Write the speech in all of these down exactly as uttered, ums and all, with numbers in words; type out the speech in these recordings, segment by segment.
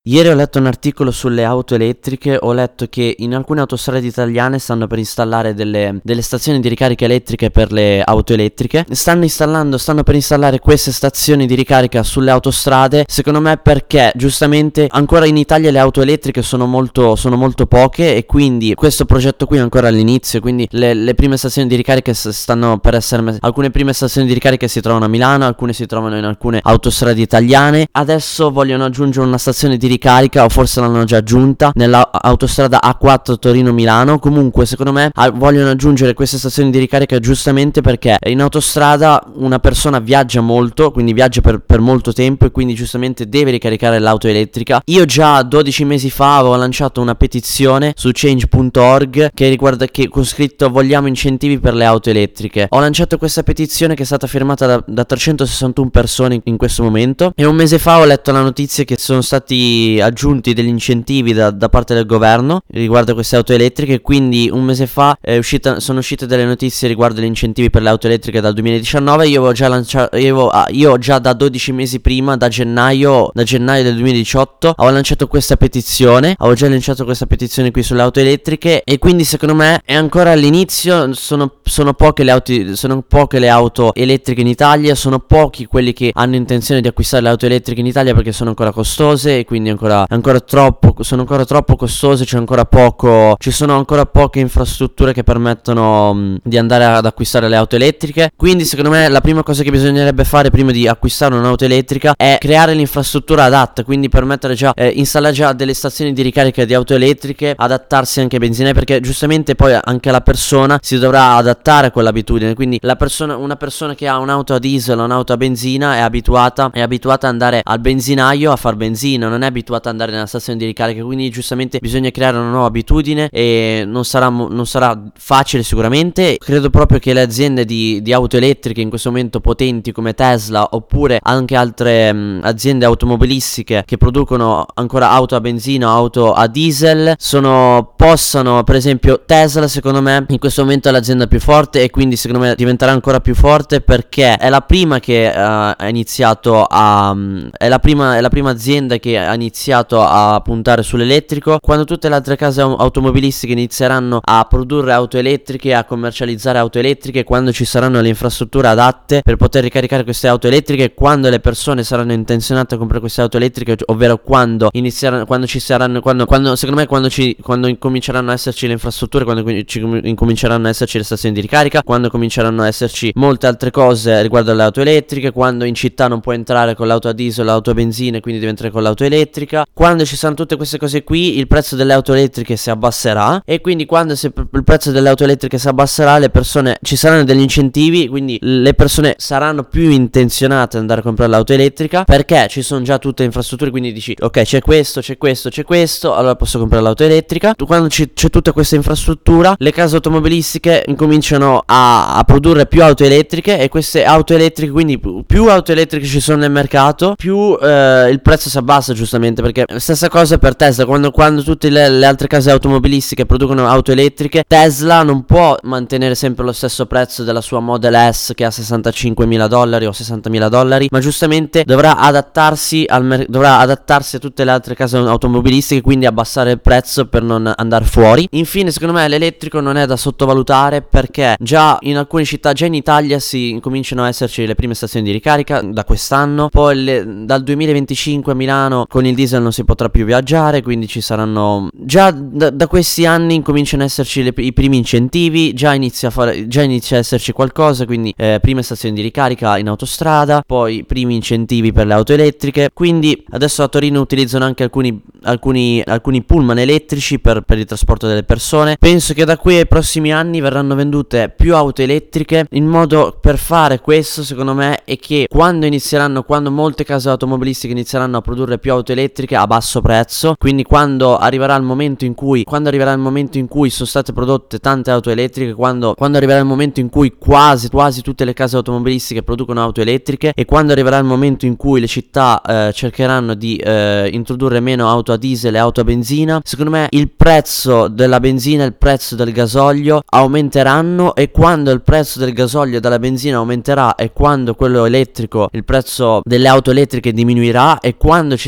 Ieri ho letto un articolo sulle auto elettriche, ho letto che in alcune autostrade italiane stanno per installare delle, delle stazioni di ricarica elettriche per le auto elettriche. Stanno installando, stanno per installare queste stazioni di ricarica sulle autostrade, secondo me perché giustamente ancora in Italia le auto elettriche sono molto, sono molto poche e quindi questo progetto qui è ancora all'inizio, quindi le, le prime stazioni di ricarica stanno per essere messe. Alcune prime stazioni di ricarica si trovano a Milano, alcune si trovano in alcune autostrade italiane. Adesso vogliono aggiungere una stazione di ricarica, o forse l'hanno già aggiunta, nell'autostrada A quattro Torino-Milano. Comunque secondo me a- vogliono aggiungere queste stazioni di ricarica giustamente perché in autostrada una persona viaggia molto, quindi viaggia per, per molto tempo e quindi giustamente deve ricaricare l'auto elettrica. Io già dodici mesi fa avevo lanciato una petizione su change punto org che riguarda, che con scritto vogliamo incentivi per le auto elettriche. Ho lanciato questa petizione che è stata firmata da, da trecentosessantuno persone in, in questo momento, e un mese fa ho letto la notizia che sono stati aggiunti degli incentivi da, da parte del governo riguardo a queste auto elettriche. Quindi un mese fa è uscita, sono uscite delle notizie riguardo agli incentivi per le auto elettriche dal duemiladiciannove. Io avevo già lanciato, io, ah, io già da dodici mesi prima, da gennaio da gennaio del duemiladiciotto avevo lanciato questa petizione, avevo già lanciato questa petizione qui sulle auto elettriche, e quindi secondo me è ancora all'inizio. Sono, sono poche le auto sono poche le auto elettriche in Italia, sono pochi quelli che hanno intenzione di acquistare le auto elettriche in Italia perché sono ancora costose e quindi ancora, ancora troppo sono ancora troppo costose. C'è ancora poco ci sono ancora poche infrastrutture che permettono mh, di andare ad acquistare le auto elettriche. Quindi secondo me la prima cosa che bisognerebbe fare prima di acquistare un'auto elettrica è creare l'infrastruttura adatta, quindi permettere già eh, installare già delle stazioni di ricarica di auto elettriche, adattarsi anche ai benzine, perché giustamente poi anche la persona si dovrà adattare a quell'abitudine. Quindi la persona una persona che ha un'auto a diesel o un'auto a benzina è abituata è abituata ad andare al benzinaio a far benzina, non è abituata ad andare nella stazione di ricarica. Quindi giustamente bisogna creare una nuova abitudine e non sarà, non sarà facile sicuramente. Credo proprio che le aziende di, di auto elettriche in questo momento potenti come Tesla, oppure anche altre mh, aziende automobilistiche che producono ancora auto a benzina o auto a diesel, sono possano, per esempio Tesla secondo me in questo momento è l'azienda più forte, e quindi secondo me diventerà ancora più forte perché è la prima che uh, ha iniziato a um, è la prima è la prima azienda che ha iniziato a puntare sull'elettrico. Quando tutte le altre case automobilistiche inizieranno a produrre auto elettriche, a commercializzare auto elettriche, quando ci saranno le infrastrutture adatte per poter ricaricare queste auto elettriche, quando le persone saranno intenzionate a comprare queste auto elettriche, ovvero quando inizieranno quando ci saranno quando, quando secondo me quando ci quando incominceranno a esserci le infrastrutture, quando ci incominceranno a esserci le stazioni di ricarica, quando cominceranno a esserci molte altre cose riguardo alle auto elettriche, quando in città non puoi entrare con l'auto a diesel, l'auto a benzina, quindi devi entrare con l'auto elettrica. Quando ci saranno tutte queste cose qui, il prezzo delle auto elettriche si abbasserà, e quindi quando si, il prezzo delle auto elettriche si abbasserà, le persone, ci saranno degli incentivi, quindi le persone saranno più intenzionate ad andare a comprare l'auto elettrica perché ci sono già tutte le infrastrutture. Quindi dici ok, c'è questo, c'è questo, c'è questo, allora posso comprare l'auto elettrica. Quando c'è, c'è tutta questa infrastruttura, le case automobilistiche incominciano a, a produrre più auto elettriche, e queste auto elettriche, quindi più, più auto elettriche ci sono nel mercato, più eh, il prezzo si abbassa, giustamente perché stessa cosa per Tesla. Quando, quando tutte le, le altre case automobilistiche producono auto elettriche, Tesla non può mantenere sempre lo stesso prezzo della sua Model S che ha sessantacinquemila dollari o sessantamila dollari, ma giustamente dovrà adattarsi al mer- dovrà adattarsi a tutte le altre case automobilistiche, quindi abbassare il prezzo per non andare fuori. Infine secondo me l'elettrico non è da sottovalutare perché già in alcune città, già in Italia si incominciano a esserci le prime stazioni di ricarica da quest'anno. Poi le, dal duemilaventicinque a Milano con il diesel non si potrà più viaggiare, quindi ci saranno già da, da questi anni incominciano a esserci le, i primi incentivi, già inizia a fare già inizia a esserci qualcosa, quindi eh, prime stazioni di ricarica in autostrada, poi primi incentivi per le auto elettriche. Quindi adesso a Torino utilizzano anche alcuni alcuni alcuni pullman elettrici per, per il trasporto delle persone. Penso che da qui ai prossimi anni verranno vendute più auto elettriche. Il modo per fare questo secondo me è che quando inizieranno quando molte case automobilistiche inizieranno a produrre più auto elettriche a basso prezzo, quindi quando arriverà il momento in cui quando arriverà il momento in cui sono state prodotte tante auto elettriche, quando, quando arriverà il momento in cui quasi quasi tutte le case automobilistiche producono auto elettriche, e quando arriverà il momento in cui le città eh, cercheranno di eh, introdurre meno auto a diesel e auto a benzina, secondo me il prezzo della benzina e il prezzo del gasolio aumenteranno, e quando il prezzo del gasolio e della benzina aumenterà e quando quello elettrico, il prezzo delle auto elettriche diminuirà, e quando ci saranno le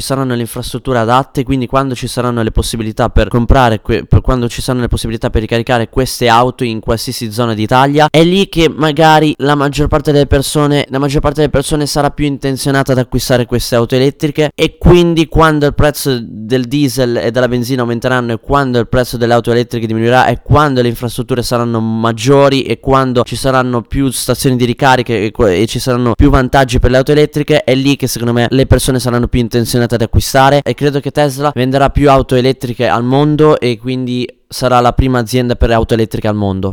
infrastrutture adatte, quindi quando ci saranno le possibilità per comprare que- per quando ci saranno le possibilità per ricaricare queste auto in qualsiasi zona d'Italia, è lì che magari la maggior parte delle persone la maggior parte delle persone sarà più intenzionata ad acquistare queste auto elettriche, e quindi quando il prezzo del diesel e della benzina aumenteranno, e quando il prezzo delle auto elettriche diminuirà, e quando le infrastrutture saranno maggiori, e quando ci saranno più stazioni di ricarica e, e ci saranno più vantaggi per le auto elettriche, è lì che secondo me le persone saranno più intenzionate ad acquistare, e credo che Tesla venderà più auto elettriche al mondo, e quindi sarà la prima azienda per auto elettriche al mondo.